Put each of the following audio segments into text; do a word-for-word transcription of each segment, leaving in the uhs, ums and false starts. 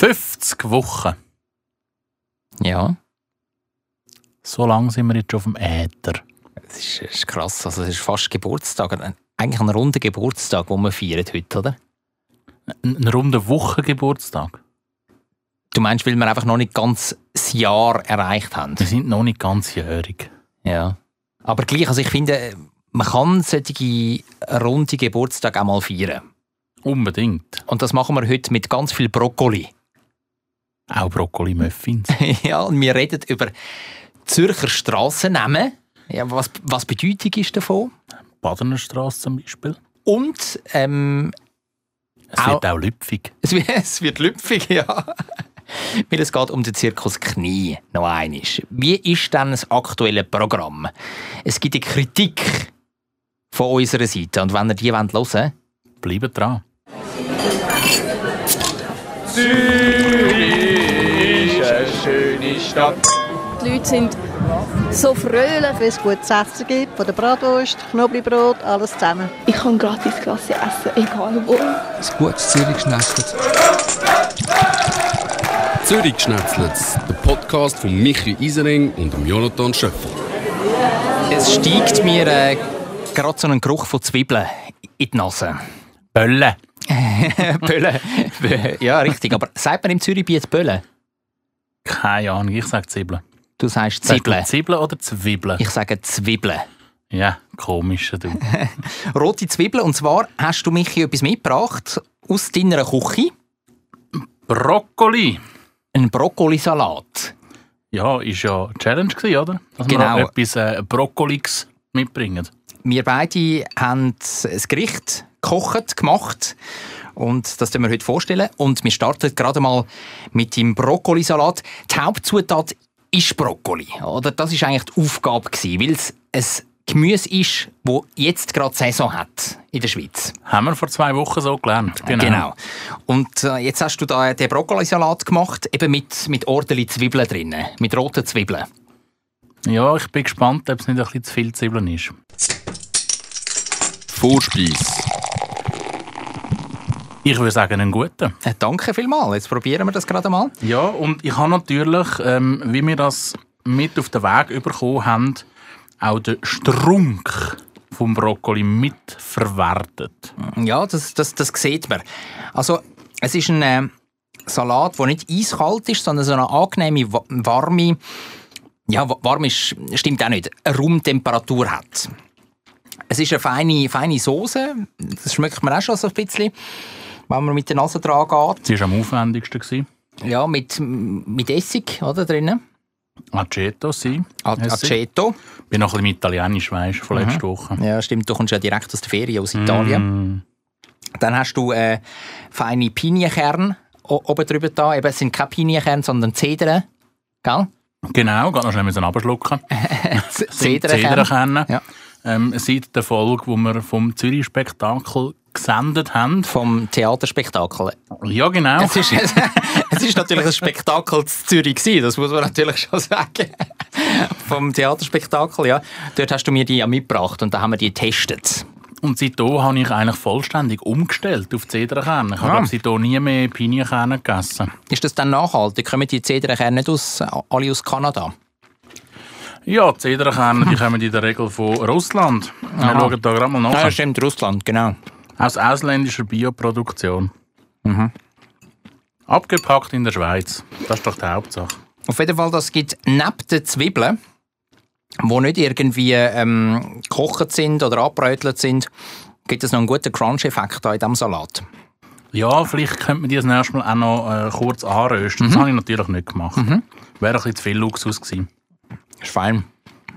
fünfzig Wochen. Ja. So lange sind wir jetzt schon auf dem Äther. Das ist, das ist krass. Also, das ist fast Geburtstag. Eigentlich ein runder Geburtstag, den wir feiern heute, oder? Ein, ein runder Wochengeburtstag. Du meinst, weil wir einfach noch nicht ganz das Jahr erreicht haben? Wir sind noch nicht ganzjährig. Ja. Aber gleich, also ich finde, man kann solche runde Geburtstage auch mal feiern. Unbedingt. Und das machen wir heute mit ganz viel Brokkoli. Auch Brokkoli-Muffins. Ja, und wir reden über Zürcher Strassennamen. Ja, was, was die Bedeutung ist davon? Badenerstrasse zum Beispiel. Und ähm, es auch, wird auch lüpfig. Es wird, es wird lüpfig, ja. Weil es geht um den Zirkus Knie noch einmal. Wie ist denn das aktuelle Programm? Es gibt eine Kritik von unserer Seite. Und wenn ihr die hören wollt, bleibt dran. Zürich ist eine schöne Stadt. Die Leute sind so fröhlich, wenn es gutes Essen gibt, von der Bratwurst, Knoblauchbrot, alles zusammen. Ich kann gratis Klasse essen, egal wo. Ein gutes Zürich-Schnetzlitz. Zürich-Schnetzlitz, der Podcast von Michi Isering und Jonathan Schöffel. Es steigt mir äh, gerade so ein Geruch von Zwiebeln in die Nase. Bölle. Bölle. Ja, richtig. Aber sagt man im Zürichbiet Bölle? Keine Ahnung, ich sage Zwiebeln. Du sagst Zwiebeln. Sagst du Zwiebeln oder Zwiebeln? Ich sage Zwiebeln. Ja, komisch, du. Rote Zwiebeln. Und zwar hast du mich etwas mitgebracht aus deiner Küche. Brokkoli. Ein Brokkolisalat. Ja, ist ja eine Challenge gewesen, oder? Dass genau. wir etwas äh, Brokkoliges mitbringen. Wir beide haben ein Gericht gekocht, gemacht. Und das stellen wir heute vorstellen. Und wir starten gerade mal mit dem Brokkolisalat. Die Hauptzutat ist Brokkoli. Oder? Das war eigentlich die Aufgabe, weil es ein Gemüse ist, das jetzt gerade Saison hat in der Schweiz. Haben wir vor zwei Wochen so gelernt. Genau. genau. Und äh, jetzt hast du da den Brokkolisalat gemacht, eben mit, mit ordentlich Zwiebeln drin, mit roten Zwiebeln. Ja, ich bin gespannt, ob es nicht ein bisschen zu viel Zwiebeln ist. Vorspeise. Ich würde sagen, einen guten. Äh, danke vielmals. Jetzt probieren wir das gerade mal. Ja, und ich habe natürlich, ähm, wie wir das mit auf den Weg bekommen haben, auch den Strunk vom Brokkoli mitverwertet. Ja, das, das, das sieht man. Also, es ist ein äh, Salat, der nicht eiskalt ist, sondern so eine angenehme, warme, ja, warm ist, stimmt auch nicht, eine Raumtemperatur hat. Es ist eine feine, feine Soße, das schmeckt man auch schon so ein bisschen, wenn man mit der Nase dran geht. Sie war am aufwendigsten. Ja, mit, mit Essig oder, drinnen. Aceto, sie. Aceto. Ich bin noch ein bisschen italienisch, weißt du, von letzter mhm. Woche. Ja, stimmt. Du kommst ja direkt aus der Ferien, aus Italien. Mm. Dann hast du äh, feine Pinienkerne oben drüber da. Eben, es sind keine Pinienkerne, sondern Zedern. Gell? Genau, geht noch schnell mit abschlucken. Zedernkerne. Ja. Ähm, seit der Folge, die wir vom Zürich-Spektakel gesendet haben. Vom Theaterspektakel. Ja, genau. Es ist, es ist natürlich ein Spektakel in Zürich gewesen, das muss man natürlich schon sagen. Vom Theaterspektakel, ja. Dort hast du mir die ja mitgebracht und da haben wir die getestet. Und seitdem habe ich eigentlich vollständig umgestellt auf Zedernkerne. Ich habe ja. seitdem nie mehr Pinienkerne gegessen. Ist das dann nachhaltig? Kommen die Zedernkerne nicht aus, alle aus Kanada? Ja, die Zedernkerne die kommen in der Regel von Russland. Wir Aha. schauen da gerade mal nach. Ja, stimmt, Russland, genau. Aus ausländischer Bioproduktion. Mhm. Abgepackt in der Schweiz. Das ist doch die Hauptsache. Auf jeden Fall, das gibt neben den Zwiebeln, die nicht irgendwie ähm, gekocht sind oder abgebrötelt sind, gibt es noch einen guten Crunch-Effekt in diesem Salat. Ja, vielleicht könnte man die das nächste Mal auch noch äh, kurz anrösten. Mhm. Das habe ich natürlich nicht gemacht. Mhm. Wäre ein bisschen zu viel Luxus gewesen. Ist fein.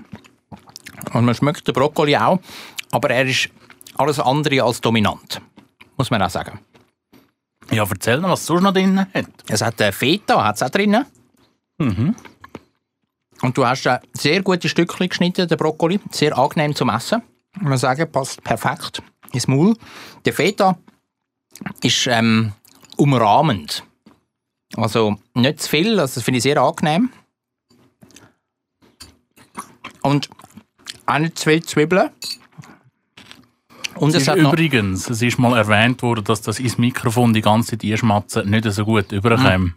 Und man schmeckt den Brokkoli auch, aber er ist alles andere als dominant. Muss man auch sagen. Ja, erzähl noch, was es sonst noch drin hat. Es hat äh, Feta, hat es auch drin. Mhm. Und du hast äh, sehr gute Stückchen geschnitten, den Brokkoli. Sehr angenehm zum Essen. Ich muss sagen, passt perfekt ins Maul. Der Feta ist ähm, umrahmend. Also nicht zu viel, also das finde ich sehr angenehm. Und auch nicht zu viel Zwiebeln. Und es es ist hat noch, übrigens, es ist mal erwähnt worden, dass das ins Mikrofon die ganze Zeit einschmatzen nicht so gut überkommt.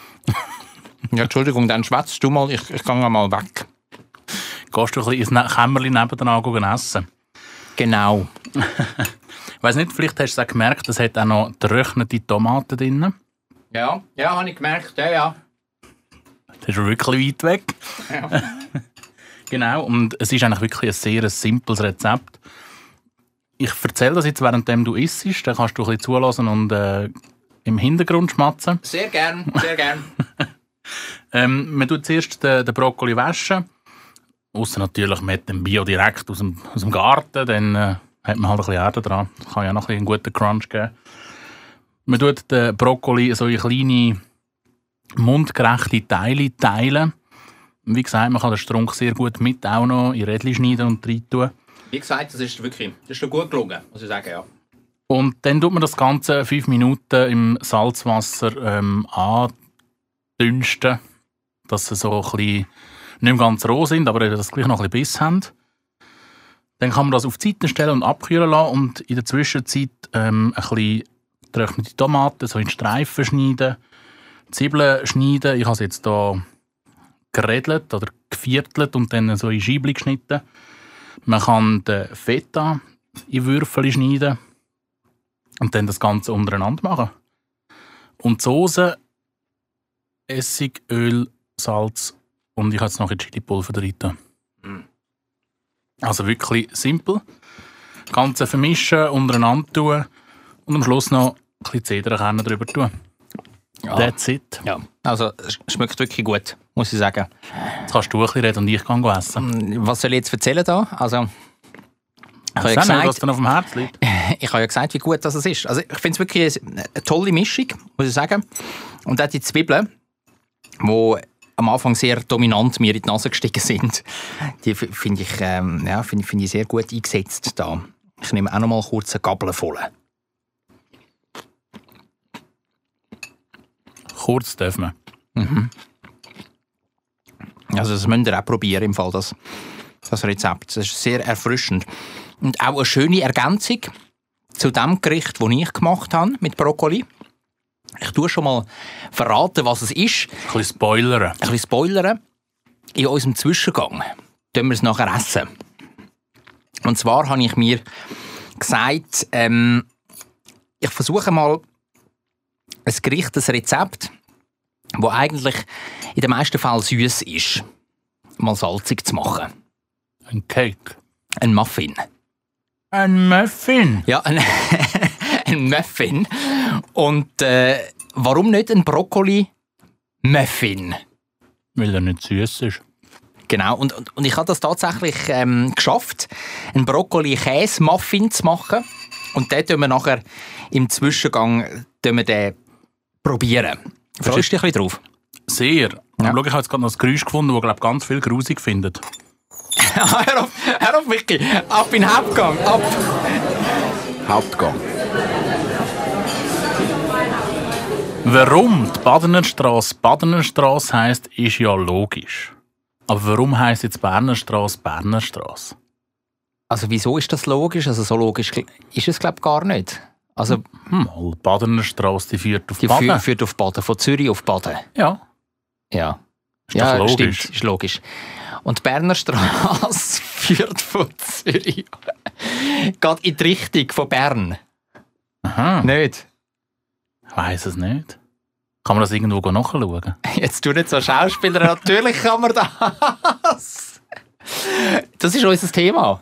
ja, Entschuldigung, dann schwätzt du mal, ich, ich gehe mal weg. Gehst du ein bisschen ins Ne- Kämmerchen nebenan gehen essen? Genau. Ich weiss nicht, vielleicht hast du es auch gemerkt, es hat auch noch getrocknete Tomaten drin. Ja, ja, habe ich gemerkt, ja, ja. Das ist wirklich weit weg. Ja. Genau, und es ist eigentlich wirklich ein sehr simples Rezept. Ich erzähle das jetzt, während du isst, dann kannst du ein bisschen zulassen und äh, im Hintergrund schmatzen. Sehr gern, sehr gern. ähm, man tut zuerst den, den Brokkoli waschen. Ausser natürlich mit dem Bio direkt aus dem, aus dem Garten, dann äh, hat man halt ein bisschen Erde dran. Das kann ja noch ein bisschen einen guten Crunch geben. Man tut den Brokkoli so in kleine, mundgerechte Teile teilen. Wie gesagt, man kann den Strunk sehr gut mit auch noch in Rädchen schneiden und rein tun. Wie gesagt, das ist wirklich das ist schon gut gelungen, muss ich sagen, ja. Und dann tut man das Ganze fünf Minuten im Salzwasser ähm, andünsten, dass sie so ein bisschen nicht mehr ganz roh sind, aber dass sie gleich noch ein bisschen Biss haben. Dann kann man das auf die Seite stellen und abkühlen lassen und in der Zwischenzeit ähm, ein bisschen getrocknete Tomaten so in Streifen schneiden, Zwiebeln schneiden. Ich habe sie jetzt hier geredelt oder geviertelt und dann so in Scheibchen geschnitten. Man kann den Feta in Würfel schneiden und dann das Ganze untereinander machen. Und die Soße, Essig, Öl, Salz und ich habe jetzt noch ein Chili-Pulver drin. Mm. Also wirklich simpel. Das Ganze vermischen, untereinander tun und am Schluss noch ein bisschen Zedernkerne drüber tun. Ja. That's it. Ja, also es schmeckt wirklich gut, muss ich sagen. Jetzt kannst du ein bisschen reden und ich kann essen. Was soll ich jetzt erzählen da? Also, ich habe ja Sag nicht, gesagt, was dir auf dem Herzen liegt. ich habe ja gesagt, wie gut das ist. Also ich finde es wirklich eine, eine tolle Mischung, muss ich sagen. Und auch die Zwiebeln, die am Anfang sehr dominant mir in die Nase gestiegen sind, die f- finde ich, ähm, ja, find, find ich sehr gut eingesetzt da. Ich nehme auch noch mal kurz eine Gabel voll. Kurz dürfen wir. Mhm. Also das müsst ihr auch probieren, im Fall, das, das Rezept. Das ist sehr erfrischend. Und auch eine schöne Ergänzung zu dem Gericht, das ich gemacht habe mit Brokkoli. Ich tue schon mal verraten, was es ist. Ein bisschen spoilern. Ein bisschen spoilern. In unserem Zwischengang tun wir es nachher essen. Und zwar habe ich mir gesagt, ähm, ich versuche mal ein Gericht, ein Rezept, das eigentlich in den meisten Fällen süß ist, mal salzig zu machen. Ein Cake. Ein Muffin. Ein Muffin. Ja, ein, ein Muffin. Und äh, warum nicht ein Brokkoli-Muffin? Weil er nicht süß ist. Genau, und, und, und ich habe das tatsächlich ähm, geschafft, einen Brokkoli-Käse-Muffin zu machen. Und den tun wir nachher im Zwischengang tun wir den probieren. Freust du dich ein bisschen drauf? Sehr. Ja. Schau, ich habe jetzt gerade noch ein Geräusch gefunden, das glaub, ganz viel grusig findet. hör auf, hör auf, Vicky. Ab in den Hauptgang, ab. Hauptgang. Warum die Badenerstrasse Badenerstrasse heisst, ist ja logisch. Aber warum heisst jetzt Bernerstrasse Bernerstrasse? Also wieso ist das logisch? Also so logisch ist es, glaube ich, gar nicht. Also, Hm, die Badenerstrasse, die führt auf die Baden. führt, führt auf Baden, von Zürich auf Baden. Ja, Ja, ist ja doch logisch. stimmt, ist logisch. Und die Berner Straße führt von Zürich geht in die Richtung von Bern. Aha, Nicht? ich weiss es nicht. Kann man das irgendwo nachschauen? Jetzt tu nicht so Schauspieler, natürlich kann man das. Das ist unser Thema.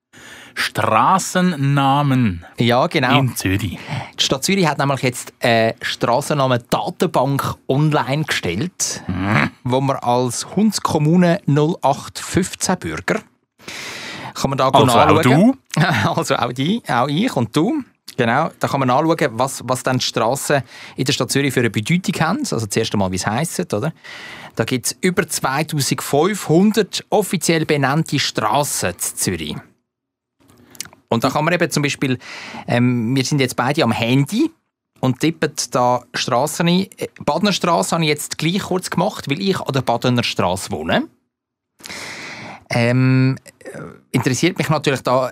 Strassennamen Ja, genau. in Zürich. Die Stadt Zürich hat nämlich jetzt eine Strassennamen-Datenbank online gestellt, Mhm. wo man als Hundskommune null acht fünfzehn Bürger kann man da Also auch anschauen. Also auch die, auch ich und du. Genau, da kann man anschauen, was, was dann die Strassen in der Stadt Zürich für eine Bedeutung haben. Also zuerst einmal, wie es heisst, oder? Da gibt es über zweitausendfünfhundert offiziell benannte Strassen in Zürich. Und da kann man eben zum Beispiel, ähm, wir sind jetzt beide am Handy und tippen da Strassen ein. Badenerstrasse habe ich jetzt gleich kurz gemacht, weil ich an der Badenerstrasse wohne. Ähm, interessiert mich natürlich da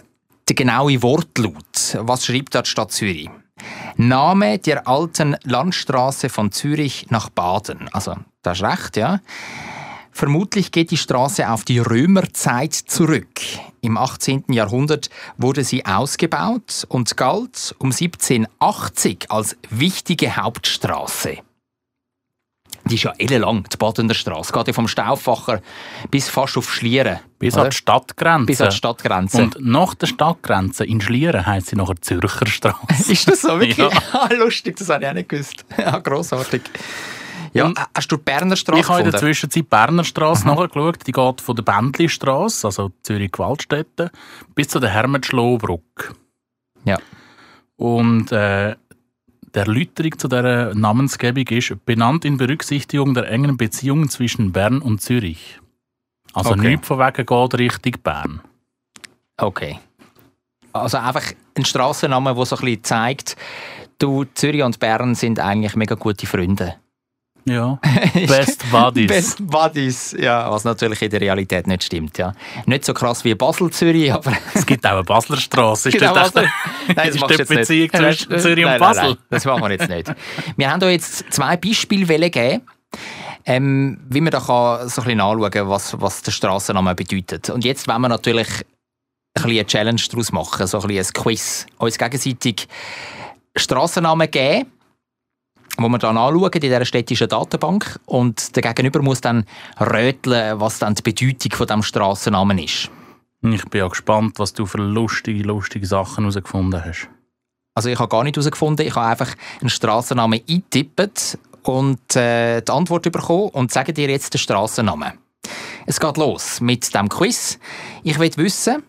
der genaue Wortlaut. Was schreibt da die Stadt Zürich? Name der alten Landstraße von Zürich nach Baden. Also, das ist recht, ja. Vermutlich geht die Straße auf die Römerzeit zurück. Im achtzehnten Jahrhundert wurde sie ausgebaut und galt um siebzehnhundertachtzig als wichtige Hauptstraße. Die ist ja ellenlang, die Badener Straße. Geht ja vom Stauffacher bis fast auf Schlieren. Bis oder? an die Stadtgrenze. Bis an die Stadtgrenze. Und nach der Stadtgrenze in Schlieren heisst sie nachher Zürcher Straße. Ist das so? Wirklich? Ja. Lustig, das habe ich auch nicht gewusst. Ja, grossartig. Ja, Und hast du die Berner Straße Ich habe in der gefunden? Zwischenzeit die Berner Straße nachgeschaut. Die geht von der Bändlistrasse, also Zürich-Gewaltstätte, bis zu der Hermet-Schloh-Brücke. Ja. Und äh, die Erläuterung zu dieser Namensgebung ist benannt in Berücksichtigung der engen Beziehungen zwischen Bern und Zürich. Also Okay. nichts von wegen geht Richtung Bern. Okay. Also einfach ein Strassenname, der so ein bisschen zeigt, du, Zürich und Bern sind eigentlich mega gute Freunde. Ja, Best Buddies. Best Buddies, ja, was natürlich in der Realität nicht stimmt. Ja. Nicht so krass wie Basel-Zürich, aber... Es gibt auch eine Basler Straße. Ist Genau, das Basel. der, Nein, das ist machst du die jetzt nicht. Beziehung zwischen Nein, Zürich und nein, Basel? Nein, nein, das machen wir jetzt nicht. Wir haben hier jetzt zwei Beispiele geben, ähm, wie man da kann so ein bisschen anschauen kann, was, was der Strassenname bedeutet. Und jetzt wollen wir natürlich ein bisschen eine Challenge daraus machen, so ein bisschen ein Quiz. Uns gegenseitig Strassennamen geben, wo wir dann anschauen in dieser städtischen Datenbank. Und der Gegenüber muss dann röteln, was dann die Bedeutung von diesem Strassennamen ist. Ich bin ja gespannt, was du für lustige, lustige Sachen herausgefunden hast. Also ich habe gar nicht herausgefunden, ich habe einfach einen Strassennamen eingetippt und äh, die Antwort bekommen und sage dir jetzt den Strassennamen. Es geht los mit dem Quiz. Ich will wissen,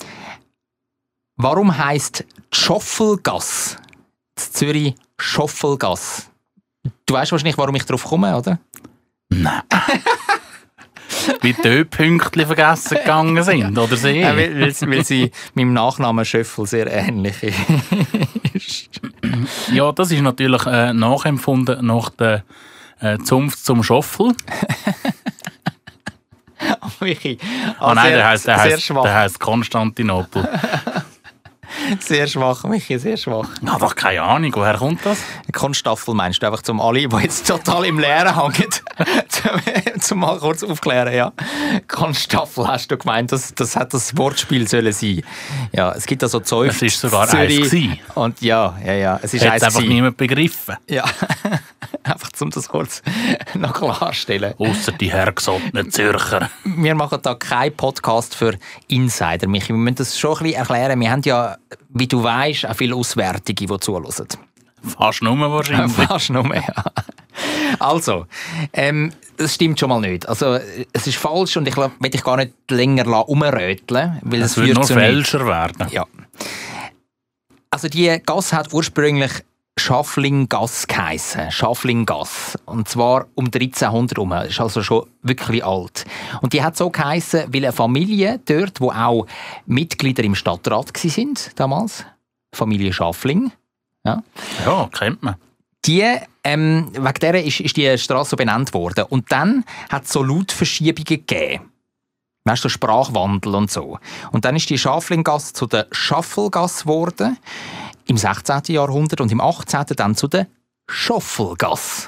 warum heisst Schoffelgasse in Zürich Schoffelgasse? Du weißt wahrscheinlich, warum ich darauf komme, oder? Nein. Wie die Ö-Pünktchen vergessen gegangen sind, oder sie? Ja, weil, weil, sie- weil sie meinem Nachnamen Schöffel sehr ähnlich ist. Ja, das ist natürlich äh, nachempfunden nach der äh, Zunft zum Schoffel. Michi, Ah nein, sehr, der heisst, der sehr heisst, schwach. der heisst Konstantinopel. Sehr schwach, Michi, sehr schwach. Ich habe doch keine Ahnung, woher kommt das? Konstaffel meinst du einfach zum alle, die jetzt total im Leeren hängen, zum, zum mal kurz aufklären, ja. Konstaffel hast du gemeint, das, das hat das Wortspiel sollen sein. Ja, es gibt also Zäuf. Es ist sogar Zürich. eins gewesen. Und ja, ja, ja, es ist Hat eins es einfach gewesen. niemand begriffen. Ja, einfach um das kurz noch klarstellen. Ausser die hergesottenen Zürcher. Wir machen da keinen Podcast für Insider, Michi. Wir müssen das schon ein bisschen erklären. Wir haben ja, wie du weißt, auch viele Auswärtige, die zuhören. Fast nur wahrscheinlich. Fast nur, ja. Also, ähm, das stimmt schon mal nicht. Also, es ist falsch und ich will dich gar nicht länger umröteln, weil Es es wird führt nur zu nichts. fälscher werden. Ja. Also, die Gasse hat ursprünglich Schafflinggasse geheissen. Schafflinggasse. Und zwar um dreizehnhundert herum. Das ist also schon wirklich alt. Und die hat so geheissen, weil eine Familie dort, wo auch Mitglieder im Stadtrat waren, damals, Familie Schaffling, ja, Ja, kennt man. die, ähm, wegen der ist, ist die Straße so benannt worden. Und dann hat es so Lautverschiebungen gegeben. Weißt du, so Sprachwandel und so. Und dann ist die Schaflinggasse zu der Schaffelgasse geworden, im sechzehnten Jahrhundert und im achtzehnten dann zu der Schoffelgasse.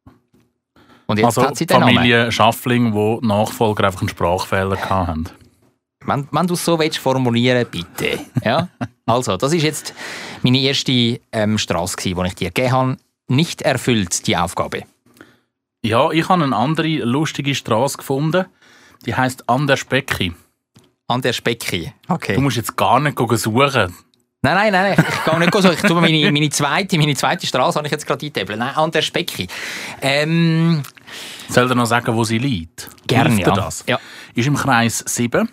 Und jetzt Also hat sie die den Namen. Familie Schaffling, wo die Nachfolger einfach einen Sprachfehler hatten. Wenn, wenn du es so willst formulieren, bitte. Ja? Also, das ist jetzt meine erste ähm, Strasse, die ich dir gegeben habe. Nicht erfüllt, die Aufgabe. Ja, ich habe eine andere lustige Straße gefunden. Die heisst An der Specki. An der Specki. Okay. Du musst jetzt gar nicht suchen. Nein, nein, nein, ich, ich gehe nicht so. Ich tue meine, meine zweite, meine zweite Straße habe ich jetzt gerade eingetippt. Nein, an der Specki. Ähm, Soll dir noch sagen, wo sie liegt? Gerne, Hilft dir ja. das? Ja. Ist im Kreis sieben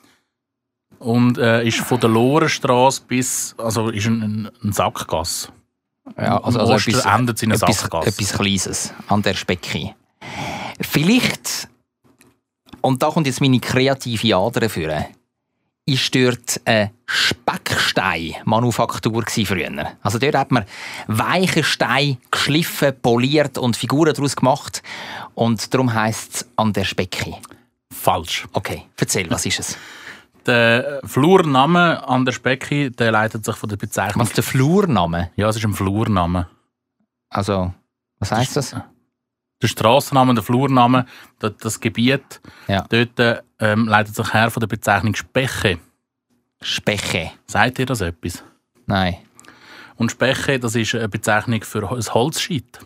und äh, ist von der Lorenstrasse bis, also ist ein, ein, ein Sackgasse. ja, also, Am also Osten etwas, endet es in einer etwas, Sackgasse. etwas Kleines. An der Specki. Vielleicht, und da kommt jetzt meine kreative Ader führen, ist dort eine Speckstein-Manufaktur früher. Also dort hat man weiche Steine geschliffen, poliert und Figuren daraus gemacht. Und darum heisst es an der Specki. Falsch. Okay, erzähl, was ist es? Der Flurname an der Specki, der leitet sich von der Bezeichnung... Was, der Flurname? Ja, es ist ein Flurname. Also, was heisst das? Der Strassenname, der Flurname, das, das Gebiet, Ja. dort ähm, leitet sich her von der Bezeichnung Speche. Speche. Sagt ihr das etwas? Nein. Und Speche, das ist eine Bezeichnung für ein Holzscheit.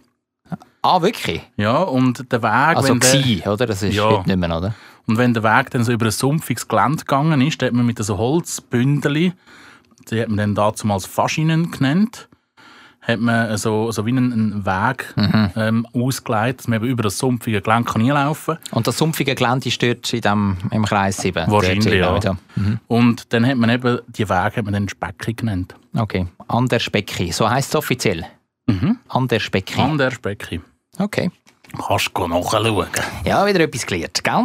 Ah, wirklich? Ja, und der Weg... Also wenn der, gsi, oder? Das ist Ja. heute nicht mehr, oder? Und wenn der Weg dann so über ein sumpfiges Gelände gegangen ist, da hat man mit so Holzbündeli, die hat man dann dazumals Faschinen genannt, hat man so, so wie einen, einen Weg Mhm. ähm, ausgelegt, dass man eben über das sumpfige Gelände kann hinlaufen kann. Und das sumpfige Gelände ist dort in dem, im Kreis sieben? Wahrscheinlich, Dort, ja. Mhm. Und dann hat man eben die Wege hat man dann Specki genannt. Okay. An der Specki. So heisst es offiziell? Mhm. An der Specki. An der Specki. Okay. Kannst du nachschauen. Ja, wieder etwas gelernt, gell?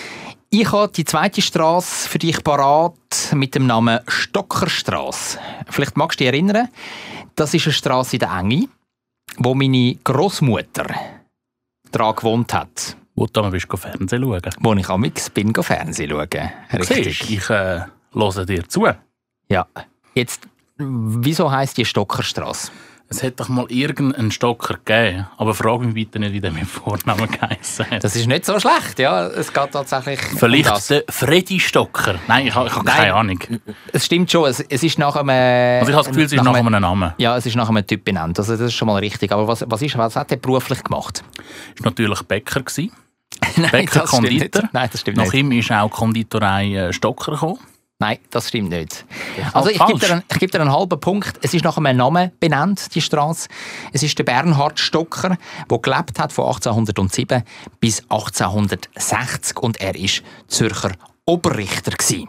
Ich habe die zweite Strasse für dich parat mit dem Namen Stockerstrasse. Vielleicht magst du dich erinnern, das ist eine Strasse in der Enge, wo meine Großmutter daran gewohnt hat. Wo du bist du Fernsehen schauen. Wo ich am X bin, go Fernsehen schauen. Richtig. Siehst, ich äh, höre dir zu. Ja. Jetzt, wieso heisst die Stockerstrasse? Es hat doch mal irgendeinen Stocker gegeben, aber frag mich bitte nicht, wie der mit Vornamen geheissen hat. Das ist nicht so schlecht, ja. Es geht tatsächlich Vielleicht um das. der Freddy Stocker. Nein, ich habe hab Nein. keine Ahnung. Es stimmt schon, es, es ist nach einem... Also ich habe das Gefühl, es ist nach einem Namen. Ja, es ist nach einem Typ benannt, also das ist schon mal richtig. Aber was, was, ist, was hat er beruflich gemacht? Er war natürlich Bäcker. Gewesen. Nein, Bäcker, das stimmt Konditor. nicht. Nein, das stimmt Nach nicht. ihm ist auch die Konditorei äh, Stocker gekommen. Nein, das stimmt nicht. ist Also halt ich gebe, falsch. dir einen, ich gebe dir einen halben Punkt. Es ist nach einem Namen benannt, die Straße. Es ist der Bernhard Stocker, der gelebt hat von achtzehnhundertsieben bis achtzehnhundertsechzig und er war Zürcher Oberrichter gewesen.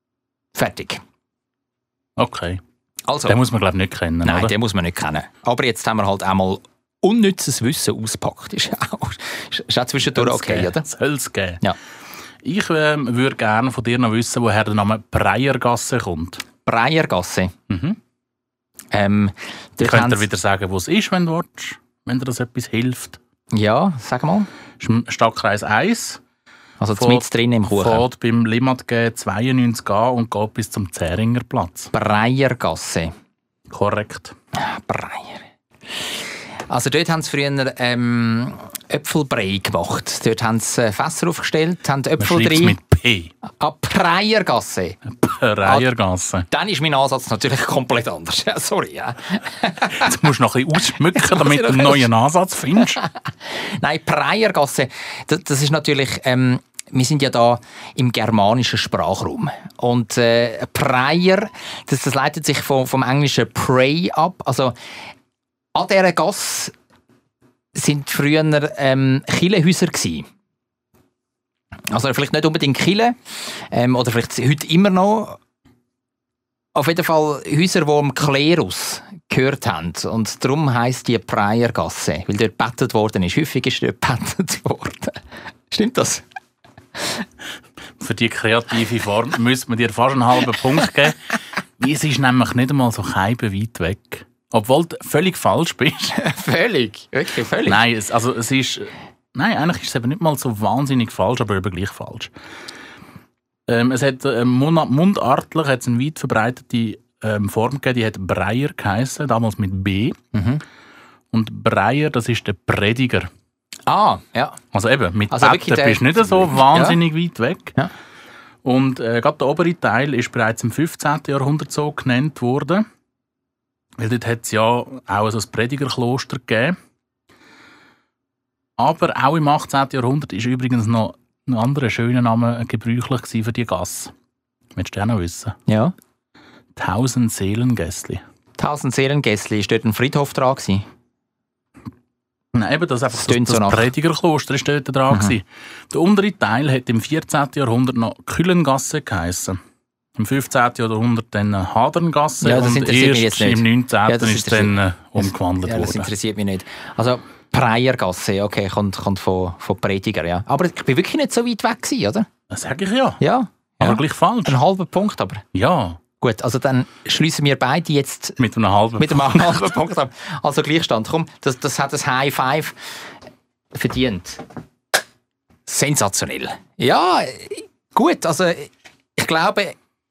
Fertig. Okay. Also, Den muss man, glaube ich, nicht kennen, nein, oder? den muss man nicht kennen. Aber jetzt haben wir halt einmal unnützes Wissen ausgepackt. Ist auch, ist auch zwischendurch okay, oder? Soll es geben. Ja. Ich ähm, würde gerne von dir noch wissen, woher der Name Breiergasse kommt. Breiergasse. Mhm. Ähm, Ich dort könnte haben dir sie- wieder sagen, wo es ist, wenn du willst, wenn dir das etwas hilft. Ja, sag mal. Es ist im Stadtkreis eins. Also Von- mit drin im Kuchen. Fährt beim Limmat G zweiundneunzig an und geht bis zum Zähringer Platz. Breiergasse. Korrekt. Breier. Also dort haben sie früher ähm, Äpfelbrei gemacht. Dort haben sie äh, Fässer aufgestellt, haben Man Äpfel schreibt es drin. mit P. Ah, Breiergasse. Breiergasse. Dann ist mein Ansatz natürlich komplett anders. Ja, sorry. Ja. Jetzt musst du noch ein bisschen ausschmücken, damit du einen neuen Ansatz findest. Nein, Breiergasse, das, das ist natürlich... Ähm, wir sind ja da im germanischen Sprachraum. Und äh, Preier, das, das leitet sich vom, vom englischen Prey ab. Also an dieser Gasse sind früher ähm, Kirchenhäuser gsi. Also vielleicht nicht unbedingt Kirchen, ähm, oder vielleicht heute immer noch. Auf jeden Fall Häuser, die dem Klerus gehört haben. Und darum heisst die Preiergasse, weil dort gebettet worden ist. Häufig ist dort gebettet worden. Stimmt das? Für die kreative Form müsste man dir fast einen halben Punkt geben. Es ist nämlich nicht einmal so weit weg. Obwohl du völlig falsch bist. Völlig, wirklich völlig. Nein, es, also es ist... Nein, eigentlich ist es eben nicht mal so wahnsinnig falsch, aber eben gleich falsch. Ähm, es hat äh, mund- mundartlich hat es eine weit verbreitete ähm, Form gegeben, die hat Breier geheissen, damals mit B. Mhm. Und Breier, das ist der Prediger. Ah, ja. Also eben, mit Also wirklich Betten der- bist du nicht so wahnsinnig weit weg. Ja. Und äh, gerade der obere Teil ist bereits im fünfzehnten Jahrhundert so genannt worden. Weil dort hat es ja auch so ein Predigerkloster gegeben. Aber auch im achtzehnten Jahrhundert ist übrigens noch ein anderer schöner Name gebräuchlich gewesen für die Gasse. Willst du auch noch wissen? Ja. Tausend-Seelen-Gässli. Tausend Seelengässli, ist dort ein Friedhof dran gewesen? Nein, eben, das, einfach, Das das, tönt das so nach- Predigerkloster ist dort dran. Mhm. gewesen. Der untere Teil hat im vierzehnten Jahrhundert noch Kühlengasse geheissen. Im fünfzehnten Jahrhundert dann Haderngasse Ja, das und interessiert mich erst jetzt nicht. im neunzehnten Ja, das ist dann äh, interessiert- umgewandelt Ja, das worden. interessiert mich nicht. Also Preiergasse, okay, kommt, kommt von, von Prediger, ja. Aber ich bin wirklich nicht so weit weg gewesen, oder? Das sage ich ja. Ja. Aber ja. gleich falsch. Ein halber Punkt aber. Ja, Gut, also dann schließen wir beide jetzt mit einem halben mit einem halben Punkt ab. Also Gleichstand. Komm, das, das hat ein High Five verdient. Sensationell. Ja, gut, also ich glaube,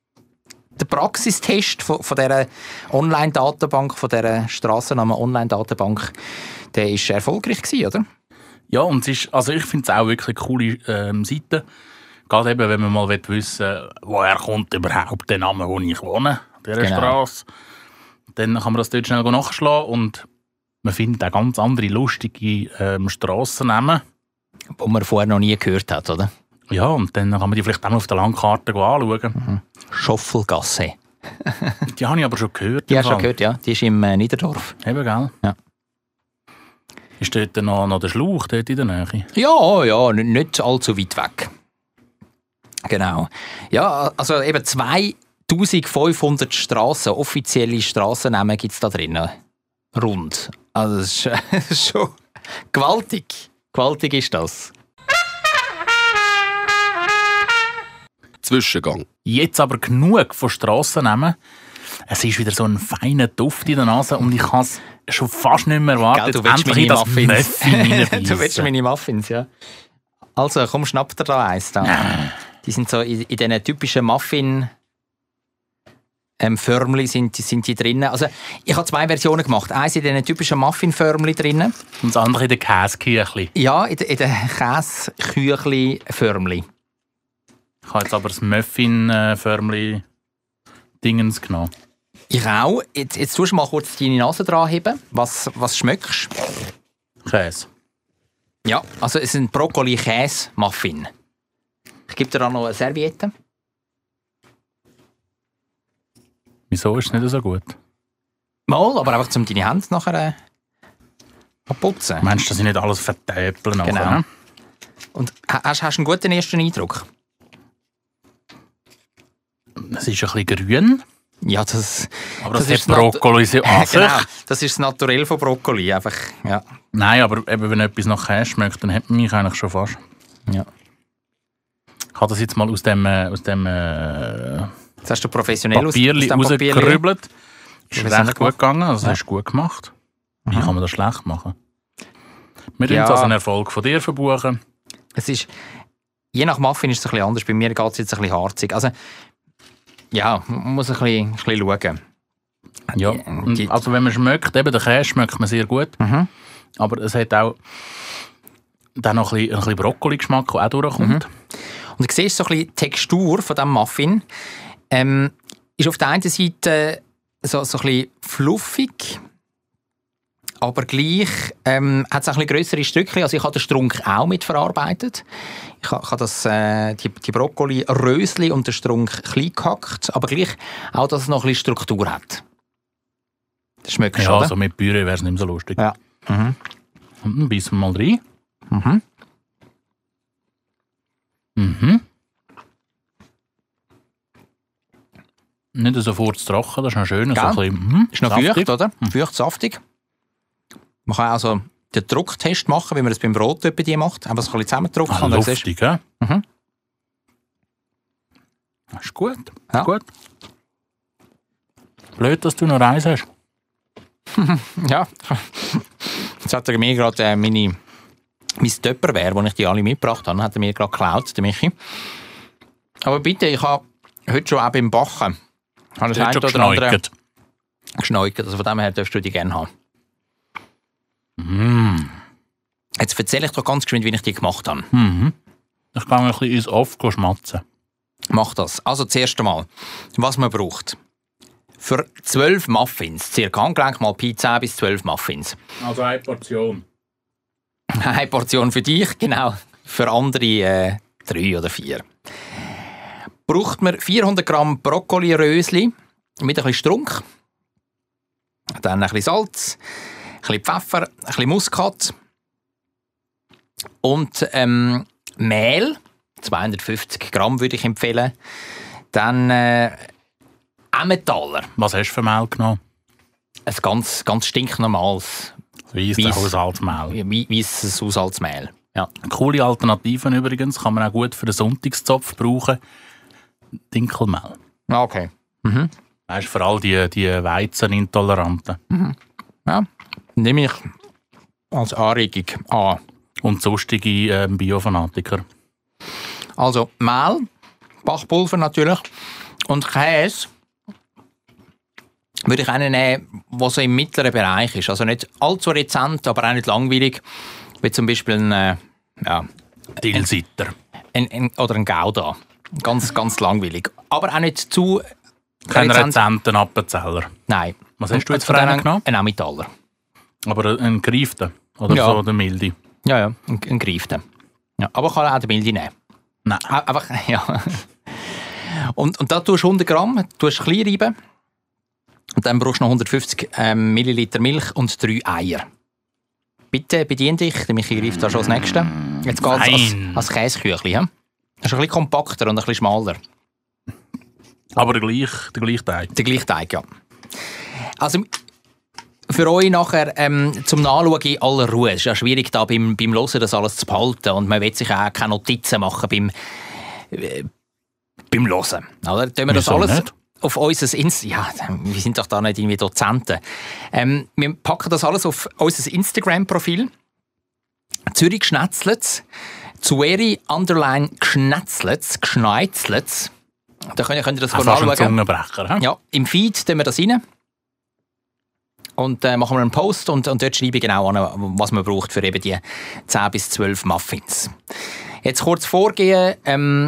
der Praxistest von, von dieser Online-Datenbank, von dieser Strassennamen-Online-Datenbank, der war erfolgreich gewesen, oder? Ja, und es ist, also ich finde es auch wirklich eine coole ähm, Seite. Gerade eben, wenn man mal wissen will, woher kommt überhaupt der Name, wo ich wohne, an dieser Genau. Strasse. Dann kann man das dort schnell nachschlagen und man findet auch ganz andere lustige ähm, Strassennamen. Wo man vorher noch nie gehört hat, oder? Ja, und dann kann man die vielleicht auch mal auf der Landkarte anschauen. Mhm. Schoffelgasse. Die habe ich aber schon gehört. Die im hast du schon Fall. gehört, ja. Die ist im äh, Niederdorf. Eben, gell? Ja. Ist dort noch, noch der Schlauch dort in der Nähe? Ja, ja, n- nicht allzu weit weg. Genau. Ja, also eben zweitausendfünfhundert Strassen, offizielle Strassennamen gibt es da drinnen. Rund. Also das ist, das ist schon gewaltig. Gewaltig ist das. Zwischengang. Jetzt aber genug von Strassennamen. Es ist wieder so ein feiner Duft in der Nase und ich kann es schon fast nicht mehr erwarten. Gell, du jetzt willst endlich meine in das Muffins. Muffin reinbeissen. Du willst meine Muffins, ja. Also, komm, schnapp dir da eins. Da. Die sind so in, in diesen typischen Muffin... Ähm, Förmli sind, sind die drinnen. Also, ich habe zwei Versionen gemacht. Eins in diesen typischen Muffin-Förmli drinnen. Und das andere in den Käseküchli. Ja, in, de- in den Käseküchli-Förmli. Ich habe jetzt aber das Muffin-Förmli-Dingens genommen. Ich auch. Jetzt, jetzt tust du mal kurz deine Nase dran heben. Was, was schmeckst du? Käse. Ja, also es sind Brokkoli-Käse-Muffin. Ich gebe dir auch noch eine Serviette. Wieso ist es nicht so gut? Mal, aber einfach um deine Hände nachher äh, putzen. Meinst du, dass ich nicht alles vertäpeln nachher, Genau. ne? Und ha- hast du einen guten ersten Eindruck? Es ist ein bisschen grün, Ja, das, aber das, ist hat Brokkoli so an sich. genau, das ist das Naturell von Brokkoli. Einfach, ja. Nein, aber eben, wenn etwas nach Käse schmeckt, dann hat man mich eigentlich schon fast. Ja. Ich habe das jetzt mal aus dem, äh, aus dem äh, Das hast du professionell aus, aus Papierli dem Papierli. rausgerübelt. Ist Professionell recht gut gegangen, also Ja. hast du gut gemacht. Wie kann man das schlecht machen? Wir Ja. ja. also einen Erfolg von dir verbuchen. Es ist, je nach Muffin ist es ein bisschen anders. Bei mir geht es jetzt ein bisschen harzig. Also, ja, man muss ein bisschen, ein bisschen schauen. Ja. Die- Und also wenn man schmeckt, eben den Käse schmeckt man sehr gut. Mhm. Aber es hat auch dann noch ein bisschen, ein bisschen Brokkoli-Geschmack, der auch durchkommt. Und du siehst so ein bisschen die Textur von diesem Muffin. Ähm, ist auf der einen Seite so, so ein bisschen fluffig, aber gleich ähm, hat es auch ein bisschen grössere Stückchen. Also ich habe den Strunk auch mitverarbeitet. Ich habe, ich habe das, äh, die, die Brokkoli-Rösli und den Strunk klein gehackt, aber gleich auch, dass es noch ein bisschen Struktur hat. Das schmeckt Ja, schon, oder? also mit Püree wäre es nicht mehr so lustig. Ja. Mhm. Und dann beißen wir mal rein. Mhm. Mhm. Nicht sofort zu trocken, das ist noch schön. So ein Gell? bisschen, mhm, Ist noch saftig. feucht, oder? Feucht, saftig. Man kann also den Drucktest machen, wie man das beim Brot bei dir macht. Einfach so ein bisschen zusammendrücken. Ah, und dann siehst luftig, ja? Mhm. Das ist gut. Ja. Ist gut. Blöd, dass du noch eins hast. Ja. Jetzt hat er mir gerade äh, meine, mein Tupperware, das ich die alle mitgebracht habe, hat er mir gerade geklaut, der Michi. Aber bitte, ich habe heute schon auch beim Backen habe das Du hast ein schon oder andere geschneukt. geschneukt. Also von dem her darfst du die gerne haben. Mm. Jetzt erzähle ich doch ganz geschwind, wie ich die gemacht habe. Mhm. Ich kann ein bisschen ins Off schmatzen. Mach das. Also zuerst einmal, was man braucht. Für zwölf Muffins, circa angelenkt mal Pi zehn bis zwölf Muffins. Also eine Portion. Eine Portion für dich, genau. Für andere äh, drei oder vier. Braucht man vierhundert Gramm Brokkoli-Rösli mit ein bisschen Strunk. Dann ein bisschen Salz, ein bisschen Pfeffer, ein bisschen Muskat. Und ähm, Mehl, zweihundertfünfzig Gramm würde ich empfehlen. Dann äh, Emmentaler, Was hast du für Mehl genommen? ein ganz, ganz stinknormales, Weiss, Weiss. Haushaltsmehl. weisses Haushaltsmehl. Ja. Coole Alternativen übrigens, kann man auch gut für den Sonntagszopf brauchen. Dinkelmehl. Ah, okay. Weißt du, für all die, die Weizenintoleranten. Ja, nehme ich als Anregung an. Und sonstige ähm, Biofanatiker. Also Mehl, Backpulver natürlich und Käse. würde ich einen nehmen, der so im mittleren Bereich ist. Also nicht allzu rezent, aber auch nicht langweilig. Wie zum Beispiel ein, äh, ja, Tilsiter. ein, ein, oder ein Gouda. Ganz, ganz langweilig. Aber auch nicht zu Kein rezent. rezenten Appenzeller. Nein. Was hast du jetzt Von für einen denen genommen? Ein Emmentaler. Aber ein Greiften? Oder Ja. so der Milde? Ja, ja, ein, ein Greiften. Ja, aber kann auch den Milde nehmen. Nein. Einfach, ja. Und, und da tust du hundert Gramm, tust klein reiben. Und dann brauchst du noch hundertfünfzig ähm, Milliliter Milch und drei Eier. Bitte bedien dich, der Michi greift da schon das Nächste. Jetzt geht es als, Fein. als Käseküchli. Ja? Das ist ein bisschen kompakter und ein bisschen schmaler. Aber der gleiche, der gleiche Teig. Der gleiche Teig, ja. Also, für euch nachher ähm, zum Nachschauen in aller Ruhe. Es ist ja schwierig, da beim, beim Hören das alles zu behalten. Und man will sich auch keine Notizen machen beim, äh, beim Hören. Oder? Tun wir das Wieso alles nicht? auf unser Insta... Ja, wir sind doch da nicht irgendwie Dozenten. Ähm, wir packen das alles auf unser Instagram-Profil. Zürich Schnetzlitz. Zueri Underline Schnetzlitz. Geschneizlitz. Da könnt ihr, könnt ihr das Fast ein nachschauen. Zungenbrecher. He? Ja, im Feed tun wir das rein. Und äh, machen wir einen Post und, und dort schreibe ich genau an, was man braucht für eben die zehn bis zwölf Muffins. Jetzt kurz vorgehen. Ähm,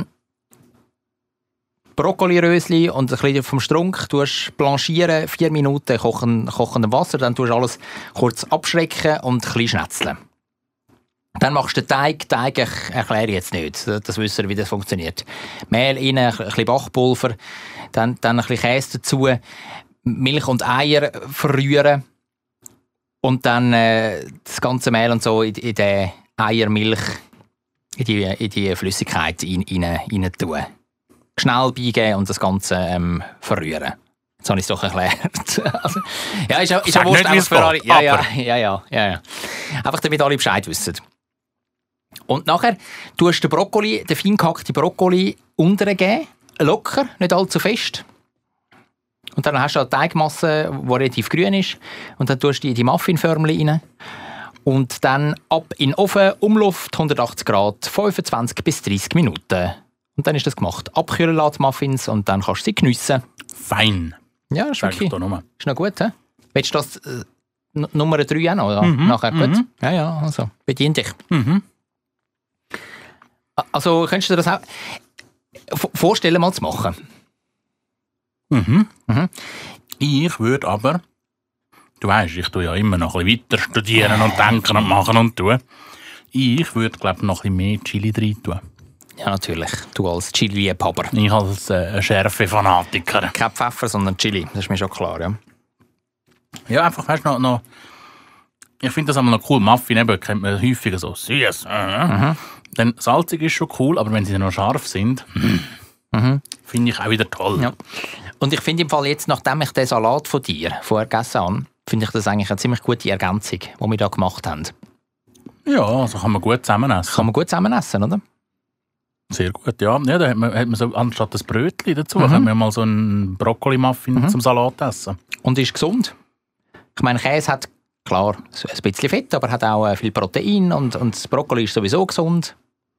Brokkolirösli und ein bisschen vom Strunk. Du blanchieren, vier Minuten kochen, kochendem Wasser. Dann tust du alles kurz abschrecken und ein bisschen schnetzeln. Dann machst du den Teig. Teig ich erkläre ich jetzt nicht. Das wissen wir, wie das funktioniert. Mehl rein, ein bisschen Backpulver, dann, dann ein bisschen Käse dazu, Milch und Eier verrühren und dann äh, das ganze Mehl und so in, in die Eiermilch, in die, in die Flüssigkeit rein, rein, rein tun. Schnell beigeben und das Ganze ähm, verrühren. Jetzt habe ich es doch erklärt. also, ja, ist ja, ist ja Sag wurscht, nicht, wie einfach es für alle. geht, Ja, ja, aber- ja, ja, ja, ja. Einfach damit alle Bescheid wissen. Und nachher tust du den Brokkoli, den fein gehackten Brokkoli untergeben. Locker, nicht allzu fest. Und dann hast du eine Teigmasse, die relativ grün ist. Und dann tust du die in die Muffinförmchen rein. Und dann ab in den Ofen, Umluft, hundertachtzig Grad, fünfundzwanzig bis dreißig Minuten. Und dann ist das gemacht. Abkühlen lassen, die Muffins, und dann kannst du sie geniessen. Fein. Ja, ist Sag ich wirklich. da nur. Ist noch gut, hä? Willst du das äh, N- Nummer drei auch noch? Oder? Mhm, Nachher, gut? mhm. Ja, ja, also, bedien dich. Mhm. A- Also, könntest du dir das auch v- vorstellen, mal zu machen? Mhm. Mhm. Ich würde aber, du weißt, ich tue ja immer noch ein bisschen weiter studieren und denken und machen und tun. Ich würde, glaube ich, noch ein bisschen mehr Chili rein tun. Ja, natürlich. Du als Chili-Liebhaber. Ich als äh, Schärfe-Fanatiker. Kein Pfeffer, sondern Chili. Das ist mir schon klar, ja. Ja, einfach, weißt du, noch, noch, ich finde das aber noch cool. Muffin eben, kennt man häufiger so süß. Äh. Mhm. Dann salzig ist schon cool, aber wenn sie noch scharf sind, Mhm. finde ich auch wieder toll. Ja. Und ich finde im Fall jetzt, nachdem ich den Salat von dir vorher gegessen habe, finde ich das eigentlich eine ziemlich gute Ergänzung, die wir da gemacht haben. Ja, also kann man gut zusammen essen. Kann man gut zusammen essen, oder? Sehr gut, ja. Ja, da hat man, hat man so, anstatt das Brötchen dazu, Mhm. können wir mal so einen Brokkoli-Muffin Mhm. zum Salat essen. Und ist gesund. Ich meine, Käse hat, klar, ein bisschen Fett, aber hat auch äh, viel Protein und, und das Brokkoli ist sowieso gesund.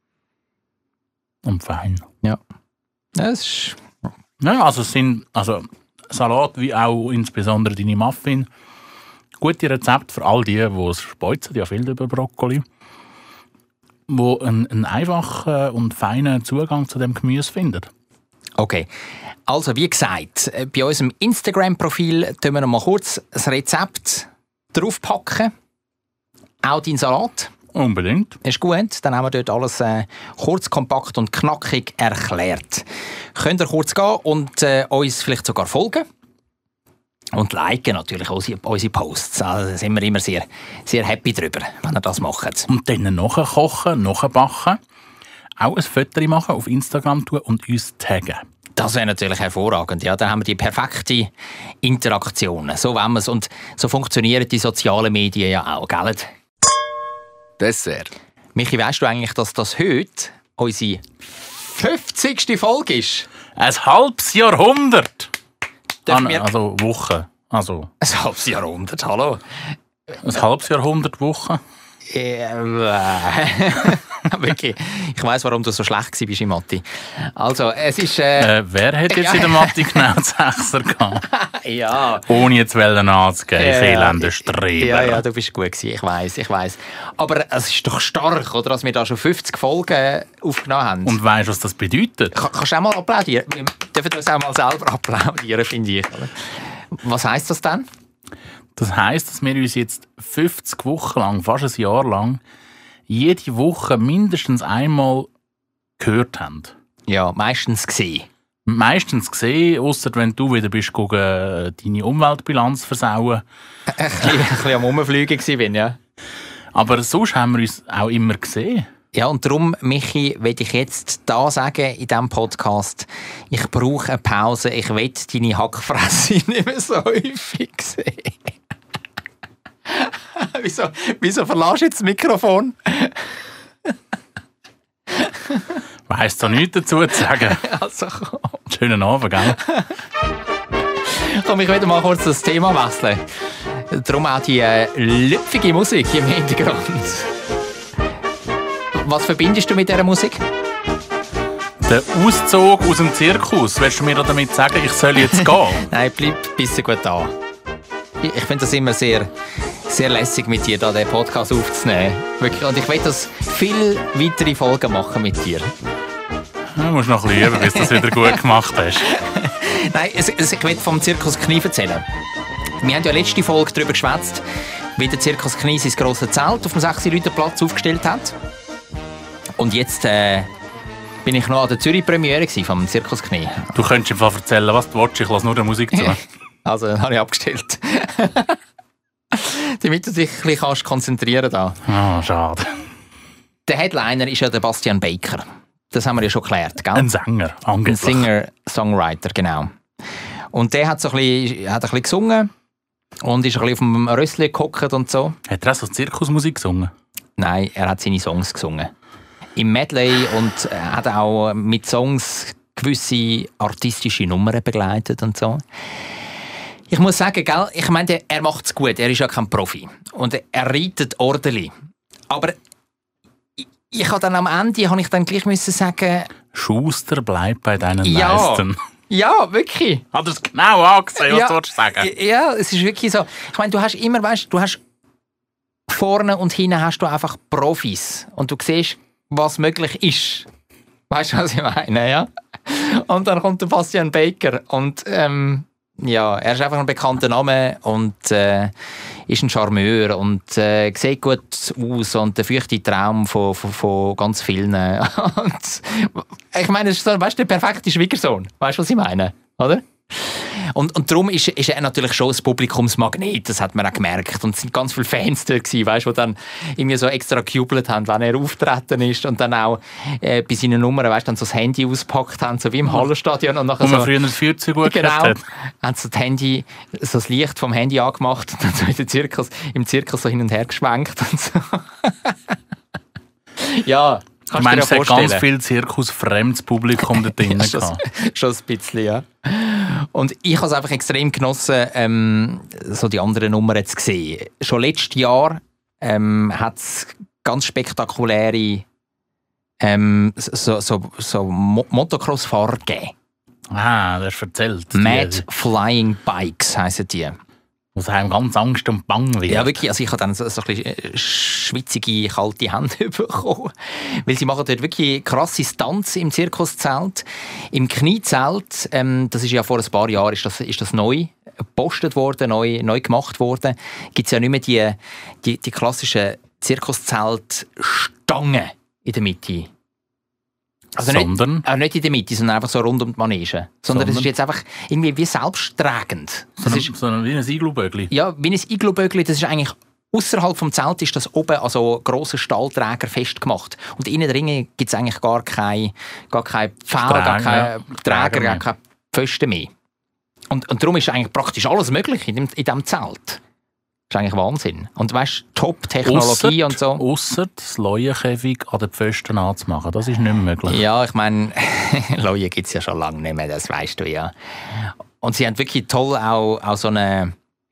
Und fein. Das ist... Ja, also es sind also Salat wie auch insbesondere deine Muffin gute Rezepte für all die, die es speuzen, ja viel über Brokkoli, die einen, einen einfachen und feinen Zugang zu dem Gemüse finden. Okay. Also, wie gesagt, äh, bei unserem Instagram-Profil tun wir noch mal kurz das Rezept draufpacken. Auch dein Salat. Unbedingt. Ist gut, dann haben wir dort alles äh, kurz, kompakt und knackig erklärt. Könnt ihr kurz gehen und äh, uns vielleicht sogar folgen. Und liken natürlich unsere, unsere Posts. Also, da sind wir immer sehr, sehr happy drüber, wenn ihr das macht. Und dann nachkochen, nachbacken, auch ein Foto machen, auf Instagram tun und uns taggen. Das wäre natürlich hervorragend. Ja, dann haben wir die perfekte Interaktion. So wollen wir es. Und so funktionieren die sozialen Medien ja auch, gell? Dessert. Michi, weißt du eigentlich, dass das heute unsere fünfzigste Folge ist? Ein halbes Jahrhundert! Dürfen Ah, wir- also Woche. Also Ein halbes Jahrhundert, hallo. ein halbes Jahrhundert Woche. Wirklich. Ich weiss, warum du so schlecht warst in Mathe. Also, es ist... Äh, äh, wer hat jetzt ja. in der Mathe genau den Sechser gehabt? Ja. Ohne jetzt Wellen anzugeben, ja, elender Streber. Ja, ja, du bist gut gewesen, ich weiss, ich weiss. Aber es ist doch stark, oder, dass wir da schon fünfzig Folgen aufgenommen haben. Und weisst du, was das bedeutet? Ka- kannst du auch mal applaudieren? Wir dürfen uns auch mal selber applaudieren, finde ich. Was heisst das dann? Das heisst, dass wir uns jetzt fünfzig Wochen lang, fast ein Jahr lang, jede Woche mindestens einmal gehört haben. Ja, meistens gesehen. Meistens gesehen, ausser wenn du wieder bist, gucken, deine Umweltbilanz versauen. Ein bisschen, ein bisschen am Rumfliegen gewesen, ja. Aber sonst haben wir uns auch immer gesehen. Ja, und darum, Michi, will ich jetzt da sagen in diesem Podcast, ich brauche eine Pause, ich will deine Hackfresse nicht mehr so häufig sehen. wieso, wieso verlässt du jetzt das Mikrofon? Weiss da nichts dazu zu sagen. Also komm. Schönen Abend, gell? Komm, ich will mal kurz das Thema wechseln. Darum auch die äh, lüpfige Musik im Hintergrund. Was verbindest du mit dieser Musik? Der Auszug aus dem Zirkus. Willst du mir damit sagen, ich soll jetzt gehen? Nein, bleib ein bisschen gut da. Ich, ich finde das immer sehr, sehr lässig, mit dir da den Podcast aufzunehmen. Wirklich. Und ich will das viele weitere Folgen machen mit dir. Du musst noch ein bisschen üben, bis du das wieder gut gemacht hast. Nein, es, es, ich will vom Zirkus Knie erzählen. Wir haben ja letzte Folge darüber geschwätzt, wie der Zirkus Knie sein grosses Zelt auf dem sechs-Leute-Platz aufgestellt hat. Und jetzt äh, bin ich noch an der Zürich-Premiere vom Zirkus Knie. Du könntest einfach erzählen, was du willst. Ich lasse nur der Musik zu. Also, dann habe ich abgestellt. Damit du dich ein bisschen kannst konzentrieren kannst. Ah, oh, schade. Der Headliner ist ja der Bastian Baker. Das haben wir ja schon geklärt, gell? Ein Sänger, angeblich. Ein Singer-Songwriter, genau. Und der hat, so ein bisschen, hat ein bisschen gesungen und ist ein bisschen auf dem Rössli gehockt und so. Hat er auch so Zirkusmusik gesungen? Nein, er hat seine Songs gesungen. Im Medley und er hat auch mit Songs gewisse artistische Nummern begleitet und so. Ich muss sagen, gell, ich meine, er macht es gut. Er ist ja kein Profi. Und er reitet ordentlich. Aber ich, ich habe dann am Ende habe ich dann gleich müssen sagen... Schuster, bleib bei deinen ja, Leisten. Ja, wirklich. Hat er es genau angesehen, was ja, du willst sagen? Ja, es ist wirklich so. Ich meine, du hast immer, weißt du, hast vorne und hinten hast du einfach Profis. Und du siehst, was möglich ist. Weißt du, was ich meine? Ja? Und dann kommt der Bastian Baker und ähm, ja, er ist einfach ein bekannter Name und äh, ist ein Charmeur und äh, sieht gut aus und der feuchte Traum von, von, von ganz vielen. Und, ich meine, es ist so, weißt du, der perfekte Schwiegersohn. Weißt du, was ich meine? Oder? Und, und darum ist, ist er natürlich schon ein Publikumsmagnet, das hat man auch gemerkt. Und es sind ganz viele Fans da gewesen, weißt, die dann irgendwie so extra gejubelt haben, wenn er auftreten ist und dann auch äh, bei seinen Nummern, weißt, dann so das Handy ausgepackt haben, so wie im Hallenstadion. Und nachher wo man so, früher das Feuerzeug gut genau, hat. haben so das Handy, so das Licht vom Handy angemacht und dann so in den Zirkus, im Zirkus so hin und her geschwenkt und so. Ja. Ich meine, es hat ganz viel zirkusfremdes Publikum da drin. Ja, schon, schon ein bisschen, ja. Und ich habe es einfach extrem genossen, ähm, so die anderen Nummern zu sehen. Schon letztes Jahr ähm, hat es ganz spektakuläre ähm, so, so, so Mo- Motocross-Fahrer gegeben. Ah, das hast du erzählt. Mad die, Flying Bikes heissen die. Was einem ganz Angst und Bang wird. Ja, wirklich. Also ich habe dann so, so ein bisschen schwitzige, kalte Hände bekommen. Weil sie machen dort wirklich krasse Stunts im Zirkuszelt. Im Kniezelt, ähm, das ist ja vor ein paar Jahren ist das, ist das neu gepostet worden, neu, neu gemacht worden. Gibt es ja nicht mehr die, die, die klassischen Zirkuszelt-Stangen in der Mitte. Also sondern? Nicht, auch nicht in der Mitte, sondern einfach so rund um die Manege. Sondern es ist jetzt einfach irgendwie wie selbsttragend. So, ist, so wie ein Iglubögli? Ja, wie ein Iglubögli. Das ist eigentlich außerhalb vom Zelt ist das oben also grosse Stahlträger festgemacht. Und innen drin gibt es eigentlich gar keine gar kein Pfähl, gar keine Träger, gar keine Pfosten mehr. Und, und darum ist eigentlich praktisch alles möglich in dem, in dem Zelt. Das ist eigentlich Wahnsinn. Und weißt du, Top-Technologie und so. Ausser das Leuenkäfig an den Pfosten anzumachen. Das ist nicht mehr möglich. Ja, ich meine, Leuen gibt es ja schon lange nicht mehr, das weißt du ja. Und sie haben wirklich toll auch, auch so eine,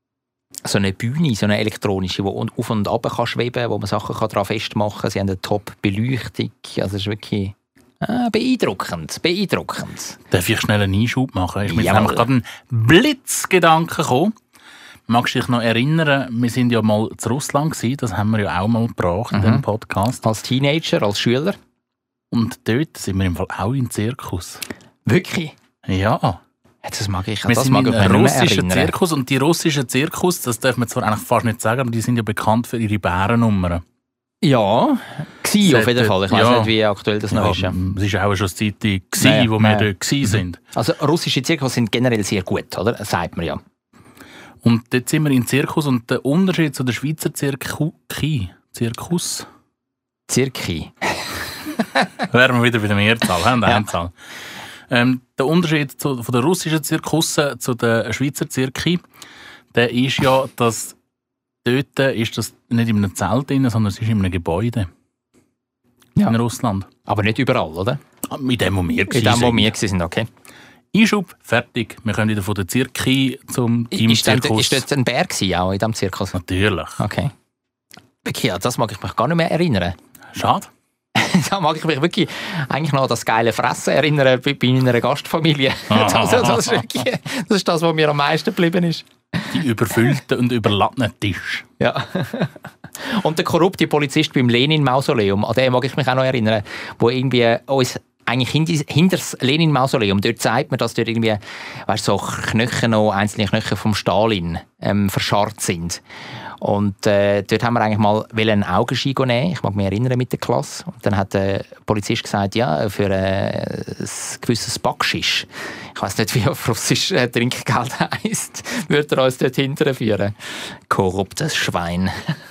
so eine Bühne, so eine elektronische, die auf und ab kann schweben, wo man Sachen daran festmachen kann. Sie haben eine Top-Beleuchtung. Also es ist wirklich äh, beeindruckend. beeindruckend. Darf ich schnell einen Einschub machen? Ich bin Jawohl. nämlich gerade ein Blitzgedanke gekommen. Magst du dich noch erinnern, wir sind ja mal zu Russland gewesen, das haben wir ja auch mal gebracht Mhm. in diesem Podcast. Als Teenager, als Schüler. Und dort sind wir im Fall auch im Zirkus. Wirklich? Ja. Das mag ich, Wir das sind mag in ich mir einem nicht mehr russischen erinnern. Zirkus und die russischen Zirkus, das darf man zwar eigentlich fast nicht sagen, aber die sind ja bekannt für ihre Bärennummern. Ja, gsi auf jeden Fall. Ich weiß Ja. nicht, wie aktuell das noch Ja, ist. Ja. es war auch schon eine Zeit, gewesen, Naja, wo wir naja. dort gewesen sind. Also russische Zirkus sind generell sehr gut, oder? Das sagt man ja. Und dort sind wir im Zirkus und der Unterschied zu der Schweizer Zirku Zirkus, Zirki. wären wir wieder bei der Mehrzahl, he, der Ja. Einzahl. Ähm, der Unterschied zu, von den russischen Zirkussen zu den Schweizer Zirki, der ist ja, dass dort ist das nicht in einem Zelt drin, sondern es ist in einem Gebäude. Ja. In Russland. Aber nicht überall, oder? Mit dem, wo wir In dem, wo waren. wir waren, okay. Einschub, fertig. Wir können wieder von der Zirki zum Ist, denn, Team-Zirkus. ist dort ein Bär gewesen, auch in diesem Zirkus? Natürlich. Okay. Wirklich, ja, das mag ich mich gar nicht mehr erinnern. Schade. Da mag ich mich wirklich eigentlich noch an das geile Fressen erinnern bei, bei meiner Gastfamilie. Also, das, ist wirklich, das ist das, was mir am meisten geblieben ist. Die überfüllten und überladenen Tisch. Ja. Und der korrupte Polizist beim Lenin-Mausoleum, an den mag ich mich auch noch erinnern, wo irgendwie uns eigentlich hinter das Lenin-Mausoleum, dort zeigt man, dass dort irgendwie, weißt, so Knochen noch, einzelne Knochen vom Stalin ähm, verscharrt sind. Und äh, dort haben wir eigentlich mal einen Augenschein nehmen. Ich mag mich erinnern mit der Klasse. Und dann hat der Polizist gesagt, ja, für äh, ein gewisses Backschisch, ich weiss nicht, wie auf Russisch äh, Trinkgeld heisst, würde er uns dort hinterführen. Korruptes Schwein.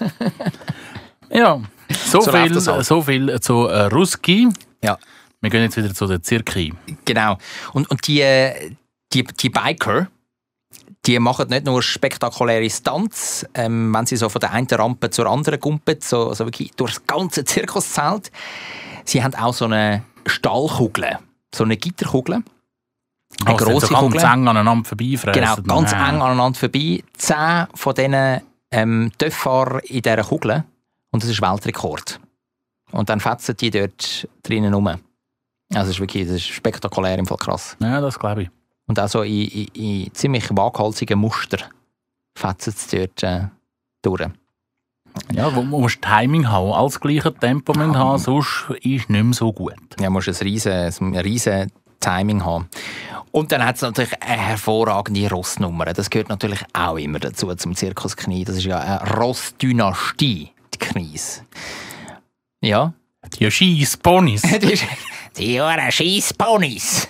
Ja, so, So läuft viel, das halt. so viel zu äh, Ruski. Ja. Wir gehen jetzt wieder zu der Zirki. Genau. Und, und die, die, die Biker, die machen nicht nur spektakuläre Stunts, ähm, wenn sie so von der einen Rampe zur anderen gumpen, so, so wirklich durch das ganze Zirkuszelt. Sie haben auch so eine Stahlkugel, so eine Gitterkugel. Eine Oh, grosse so ganz Kugel. eng aneinander vorbeifräsen. Genau, ganz Ja. eng aneinander vorbei. Zehn von diesen ähm, Töpffahrer in dieser Kugel. Und das ist Weltrekord. Und dann fetzen die dort drinnen rum. Also das ist wirklich das ist spektakulär, im Fall krass. Ja, das glaube ich. Und auch so in, in, in ziemlich waghalsigen Muster fetzen sie dort äh, durch. Ja, wo wo musst du Timing haben, alles gleiche Tempo müssen haben, sonst ist es nicht mehr so gut. Ja, musst ein riesen, ein riesen Timing haben. Und dann hat es natürlich eine hervorragende Rossnummer. Das gehört natürlich auch immer dazu, zum Zirkus Knie. Das ist ja eine Rossdynastie, die Knies. Ja. Die Scheissponys. Die Jahre Scheissponys.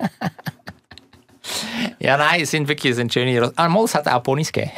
Ja, nein, es sind wirklich es sind schöne Ross. Ah, mal, es hat auch Ponys gegeben.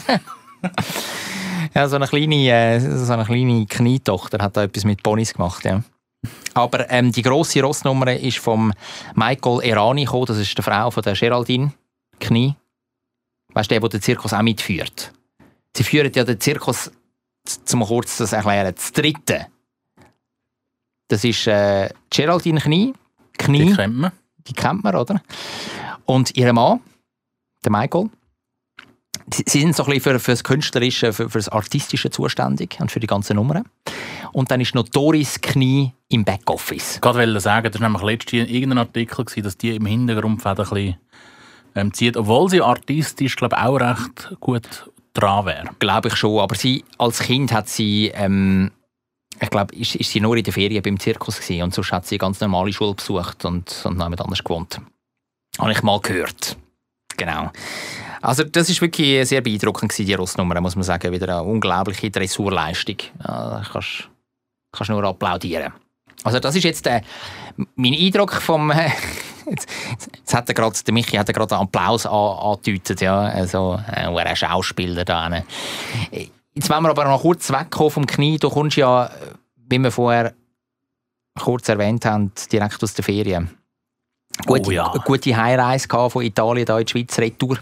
Ja, so eine kleine, äh, so eine kleine Knietochter hat da etwas mit Ponys gemacht, ja. Aber ähm, die grosse Rossnummer ist vom Michael Erani gekommen. Das ist die Frau von der Geraldine Knie. Weißt du, der, der den Zirkus auch mitführt? Sie führen ja den Zirkus, zum kurz das erklären, das dritte. Das ist äh, Geraldine Knie. Knie. Die kennt man. Die kennt man, oder? Und ihr Mann, der Michael, sie sie sind so ein bisschen für, für das Künstlerische, für, für das Artistische zuständig und für die ganzen Nummern. Und dann ist noch Doris Knie im Backoffice. Ich wollte sagen, das war nämlich letztens irgendein Artikel, gewesen, dass die im Hintergrund ein bisschen ähm, zieht, obwohl sie artistisch, glaube ich, auch recht gut dran wäre. Glaube ich schon, aber sie als Kind hat sie, ähm, ich glaube, ist, ist sie nur in der Ferien beim Zirkus gewesen und sonst hat sie eine ganz normale Schule besucht und, und noch jemand anders gewohnt. Habe ich mal gehört. Genau. Also das ist wirklich sehr beeindruckend gewesen, die Rossnummer, muss man sagen. Wieder eine unglaubliche Dressurleistung. Ja, kannst, kannst nur applaudieren. Also das ist jetzt äh, mein Eindruck vom... Äh, jetzt, jetzt hat er grad, der Michi hat gerade einen Applaus an, angedeutet. Ja, also äh, ein Schauspieler da. Jetzt wollen wir aber noch kurz wegkommen vom Knie. Du kommst ja, wie wir vorher kurz erwähnt haben, direkt aus der Ferien. Gute, Oh ja. gute Heimreise von Italien da in die Schweiz, Retour.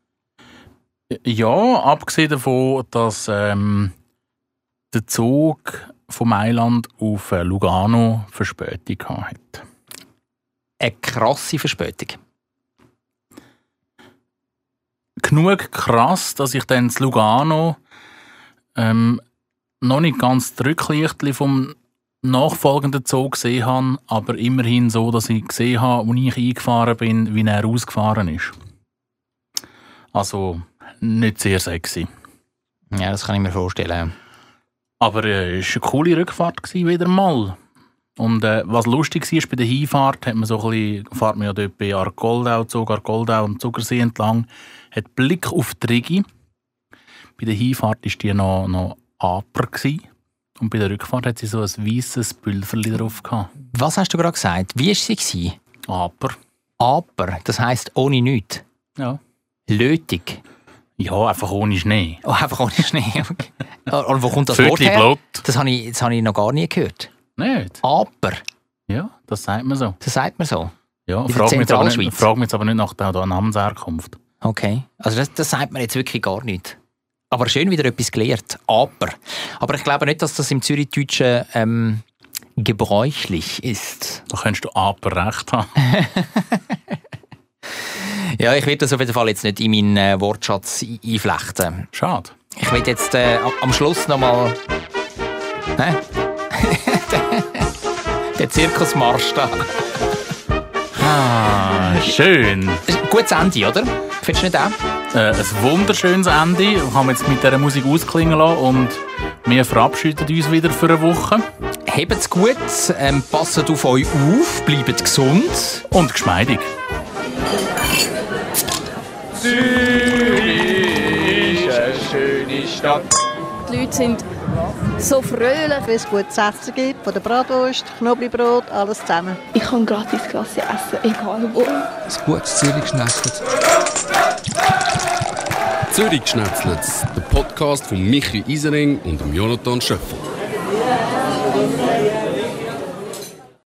Ja, abgesehen davon, dass ähm, der Zug von Mailand auf äh, Lugano Verspätung hatte. Eine krasse Verspätung. genug krass, dass ich dann in Lugano ähm, noch nicht ganz das Rücklichtchen vom nachfolgenden Zoo gesehen habe, aber immerhin so, dass ich gesehen habe, als ich eingefahren bin, wie er ausgefahren ist. Also nicht sehr sexy. Ja, das kann ich mir vorstellen. Aber äh, es war eine coole Rückfahrt gewesen, wieder mal. Und äh, was lustig war, bei der Hinfahrt hat man so ein bisschen, fährt man ja dort bei Argoldau, Zug Argoldau und Zugersee entlang, hat Blick auf die Rigi. Bei der Hinfahrt war die noch, noch aper gewesen. Und bei der Rückfahrt hat sie so ein weisses Pülverli drauf gehabt. Was hast du gerade gesagt? Wie war sie? Aper. Aper, das heisst ohne nichts? Ja. Lötig? Ja, einfach ohne Schnee. Oh, einfach ohne Schnee, okay. Und wo kommt das Vögel Wort her? Blut. Das habe ich, das habe ich noch gar nie gehört. Nicht? Aper? Ja, das sagt man so. Das sagt man so? Ja, in frag der mich, jetzt aber nicht, Zentralschweiz? frag mich jetzt aber nicht nach der, der Namensherkunft. Okay, also das, das sagt man jetzt wirklich gar nicht. Aber schön wieder etwas gelernt. Aper. Aber ich glaube nicht, dass das im Zürichdeutschen ähm, gebräuchlich ist. Da könntest du Aper recht haben. Ja, ich werde das auf jeden Fall jetzt nicht in meinen äh, Wortschatz ein- einflechten. Schade. Ich will jetzt äh, am Schluss nochmal... Hä? Der Zirkusmarsch da. Ah, schön. Gutes Ende, oder? Findest du nicht auch? Äh, ein wunderschönes Ende. Wir haben jetzt mit dieser Musik ausklingen lassen und wir verabschieden uns wieder für eine Woche. Habt's gut, ähm, passt auf euch auf, bleibt gesund. Und geschmeidig. Zürich ist eine schöne Stadt. Die Leute sind so fröhlich, weil es gutes Essen gibt, von der Bratwurst, Knoblauchbrot, alles zusammen. Ich kann gratis Klasse essen, egal wo. Ein gutes Zürich-Schnetzlitz. Zürich Schnetzlitz, der Podcast von Michi Isering und dem Jonathan Schöffel.